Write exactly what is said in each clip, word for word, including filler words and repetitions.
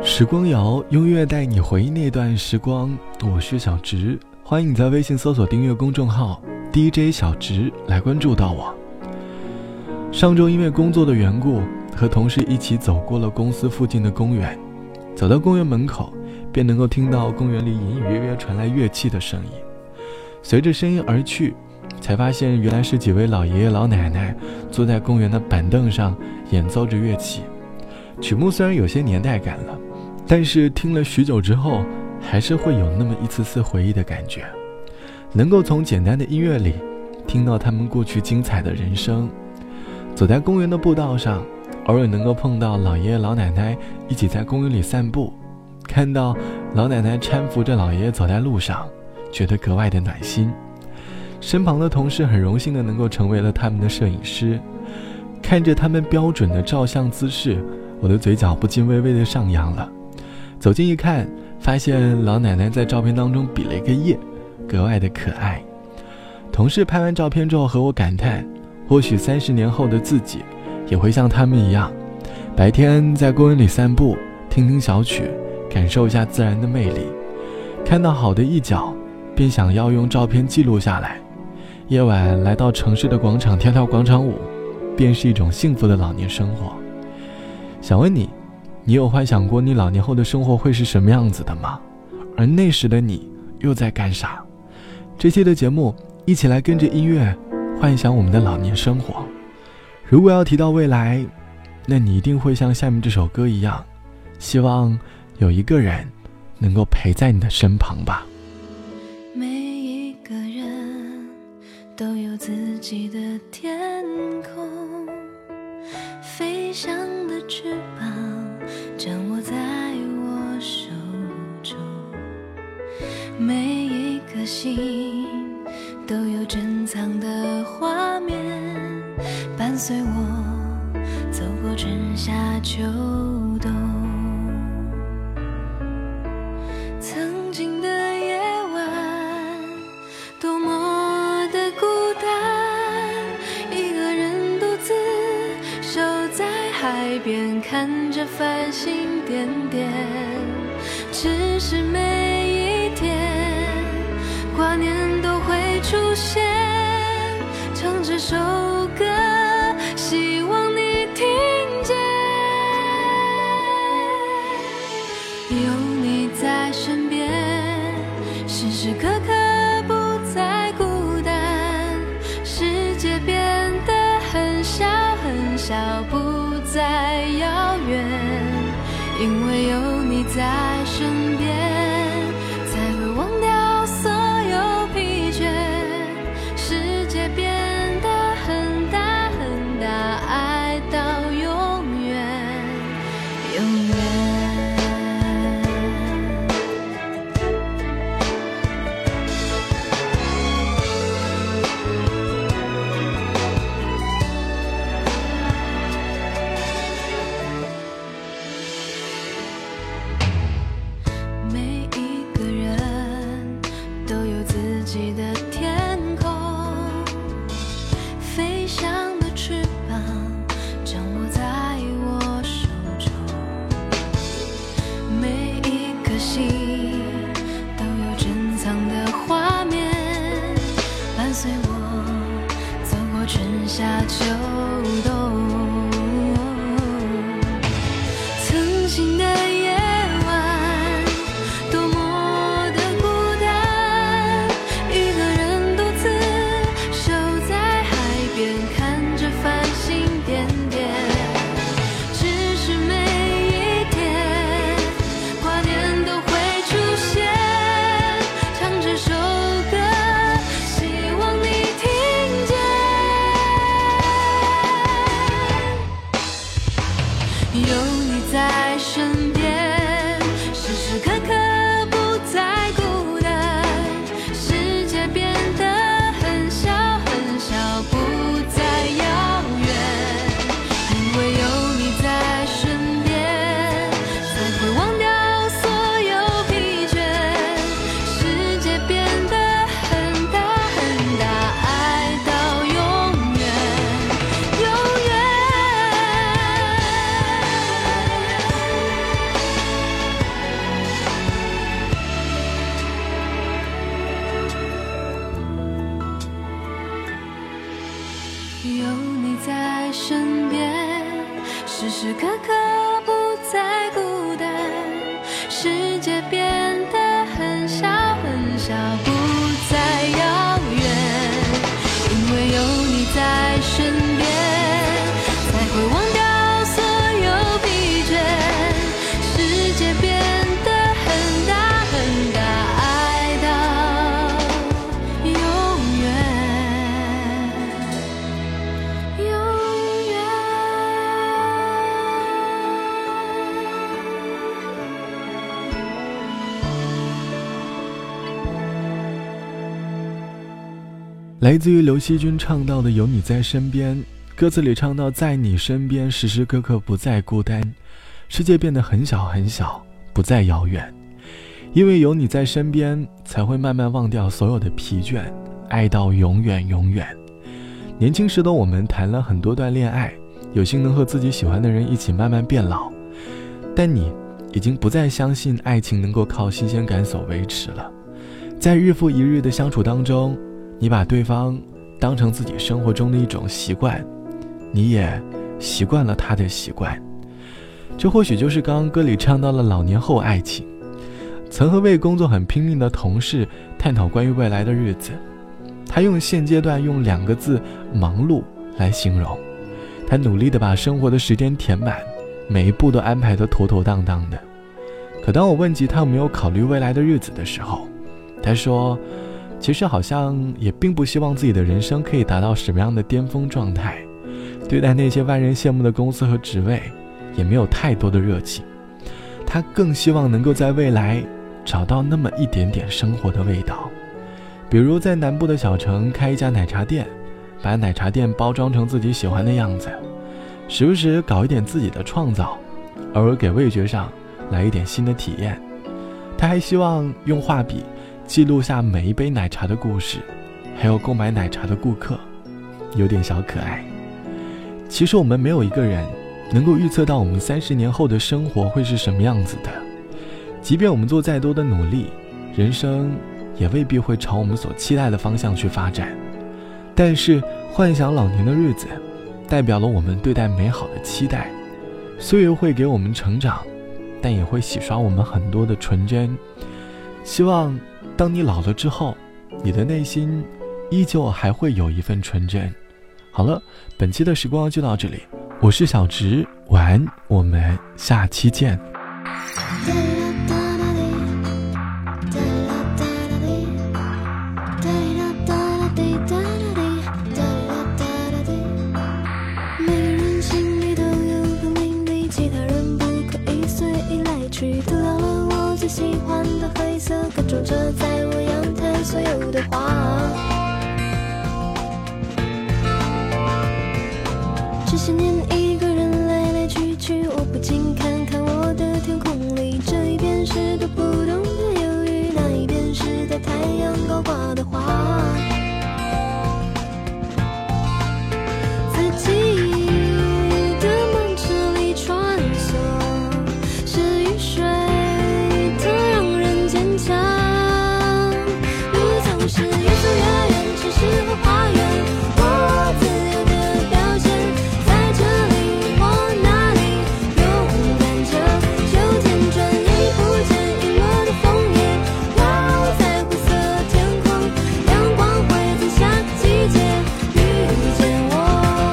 时光谣，用音乐带你回忆那段时光。我是小直，欢迎你在微信搜索订阅公众号 D J 小直来关注到我。上周因为工作的缘故，和同事一起走过了公司附近的公园。走到公园门口，便能够听到公园里隐隐约约传来乐器的声音。随着声音而去，才发现原来是几位老爷爷老奶奶坐在公园的板凳上演奏着乐器。曲目虽然有些年代感了，但是听了许久之后，还是会有那么一丝丝回忆的感觉。能够从简单的音乐里听到他们过去精彩的人生。走在公园的步道上，偶尔能够碰到老爷爷老奶奶一起在公园里散步，看到老奶奶搀扶着老爷爷走在路上，觉得格外的暖心。身旁的同事很荣幸的能够成为了他们的摄影师，看着他们标准的照相姿势，我的嘴角不禁微微的上扬了。走近一看，发现老奶奶在照片当中比了一个耶，格外的可爱。同事拍完照片之后和我感叹，或许三十年后的自己也会像他们一样，白天在公园里散步，听听小曲，感受一下自然的魅力，看到好的一角便想要用照片记录下来，夜晚来到城市的广场跳跳广场舞，便是一种幸福的老年生活。想问你，你有幻想过你老年后的生活会是什么样子的吗？而那时的你又在干啥？这期的节目一起来跟着音乐幻想我们的老年生活。如果要提到未来，那你一定会像下面这首歌一样，希望有一个人能够陪在你的身旁吧。 每一个人都有自己的天空，飞翔的翅膀掌握在我手中，每一颗心都有珍藏的画面，伴随我走过春夏秋冬。曾经的夜晚多么的孤单，一个人独自守在海边，看着繁星点点，只是每一天挂念都会出现，唱这首歌希望你听见，有你在身边，时时刻刻不再孤单，世界变得很小很小，不再遥远，因为有你在身边，才会忘掉所有疲倦，世界变得很大很大，爱到永远永远。每一个人都有自己的天空，飞翔的翅膀掌握在我手中，每一颗心都有珍藏的画面，伴随我走过春夏秋冬。曾经的夜晚多么的孤单，一个人独自守在海边，看着繁星点点，只是每一天挂念都会出现，唱这首歌希望你听见，有你在身边，时时刻刻不再孤单，世界变得很小很小，不再遥远，因为有你在身边，才会忘掉所有疲倦，世界变得很大很大，爱到永远永远。 时刻刻不再孤单，世界变得很小很小，不再遥远，因为有你在身边，才会忘掉所有疲倦，世界变得很大很大，爱到永远永远。 来自于刘惜君唱到的有你在身边，歌词里唱到在你身边时时刻刻不再孤单，世界变得很小很小，不再遥远，因为有你在身边，才会慢慢忘掉所有的疲倦，爱到永远永远。年轻时的我们谈了很多段恋爱，有幸能和自己喜欢的人一起慢慢变老，但你已经不再相信爱情能够靠新鲜感所维持了。在日复一日的相处当中，你把对方当成自己生活中的一种习惯，你也习惯了他的习惯。这或许就是刚刚歌里唱到了老年后爱情。曾和为工作很拼命的同事探讨关于未来的日子，他用现阶段用两个字忙碌来形容。他努力地把生活的时间填满，每一步都安排得妥妥当当的。可当我问及他有没有考虑未来的日子的时候，他说其实好像也并不希望自己的人生可以达到什么样的巅峰状态，对待那些万人羡慕的公司和职位也没有太多的热情。他更希望能够在未来找到那么一点点生活的味道，比如在南部的小城开一家奶茶店，把奶茶店包装成自己喜欢的样子，时不时搞一点自己的创造，偶尔给味觉上来一点新的体验。他还希望用画笔记录下每一杯奶茶的故事，还有购买奶茶的顾客，有点小可爱。其实我们没有一个人能够预测到我们三十年后的生活会是什么样子的，即便我们做再多的努力，人生也未必会朝我们所期待的方向去发展。但是幻想老年的日子，代表了我们对待美好的期待。岁月会给我们成长，但也会洗刷我们很多的纯真。希望当你老了之后，你的内心依旧还会有一份纯真。好了，本期的时光就到这里，我是小直，晚安，我们下期见。 每个人心里都有个命令，其他人不可以随意来去，丢掉了我最喜欢的黑色，跟着着在我阳台所有的花。这些年一个人来来去去，我不禁看看我的天空里，这一边是都不懂的忧郁，那一边是在太阳高挂的花。自己的梦池里穿梭，是雨水的让人坚强，路总是越走越远，城市和花园，我自由的表现，在这里或那里勇敢着，秋天转眼不见遗落的枫叶，飘在灰色天空，阳光会在下个季节遇见我。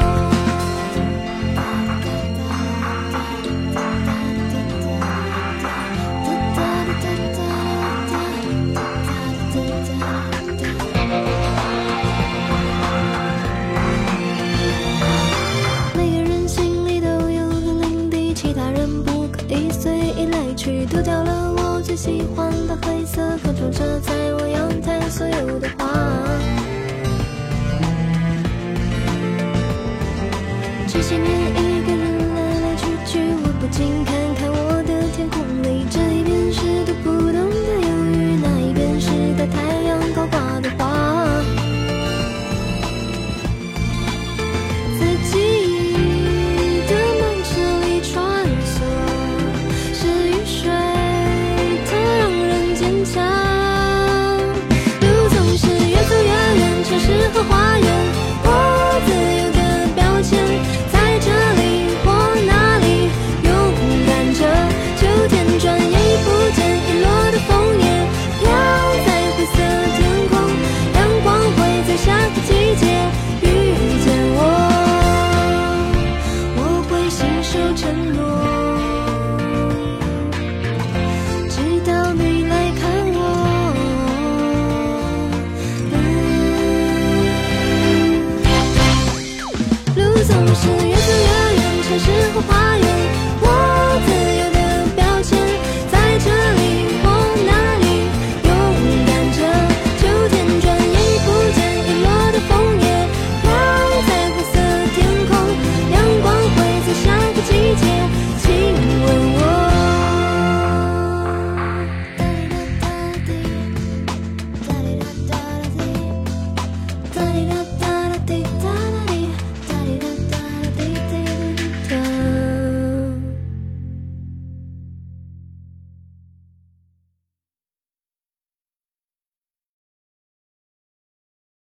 每个人心里都有个领地，其他人不可以随意来去，丢掉了我最喜欢的黑色，跟着着在我阳台所有的花。这些年一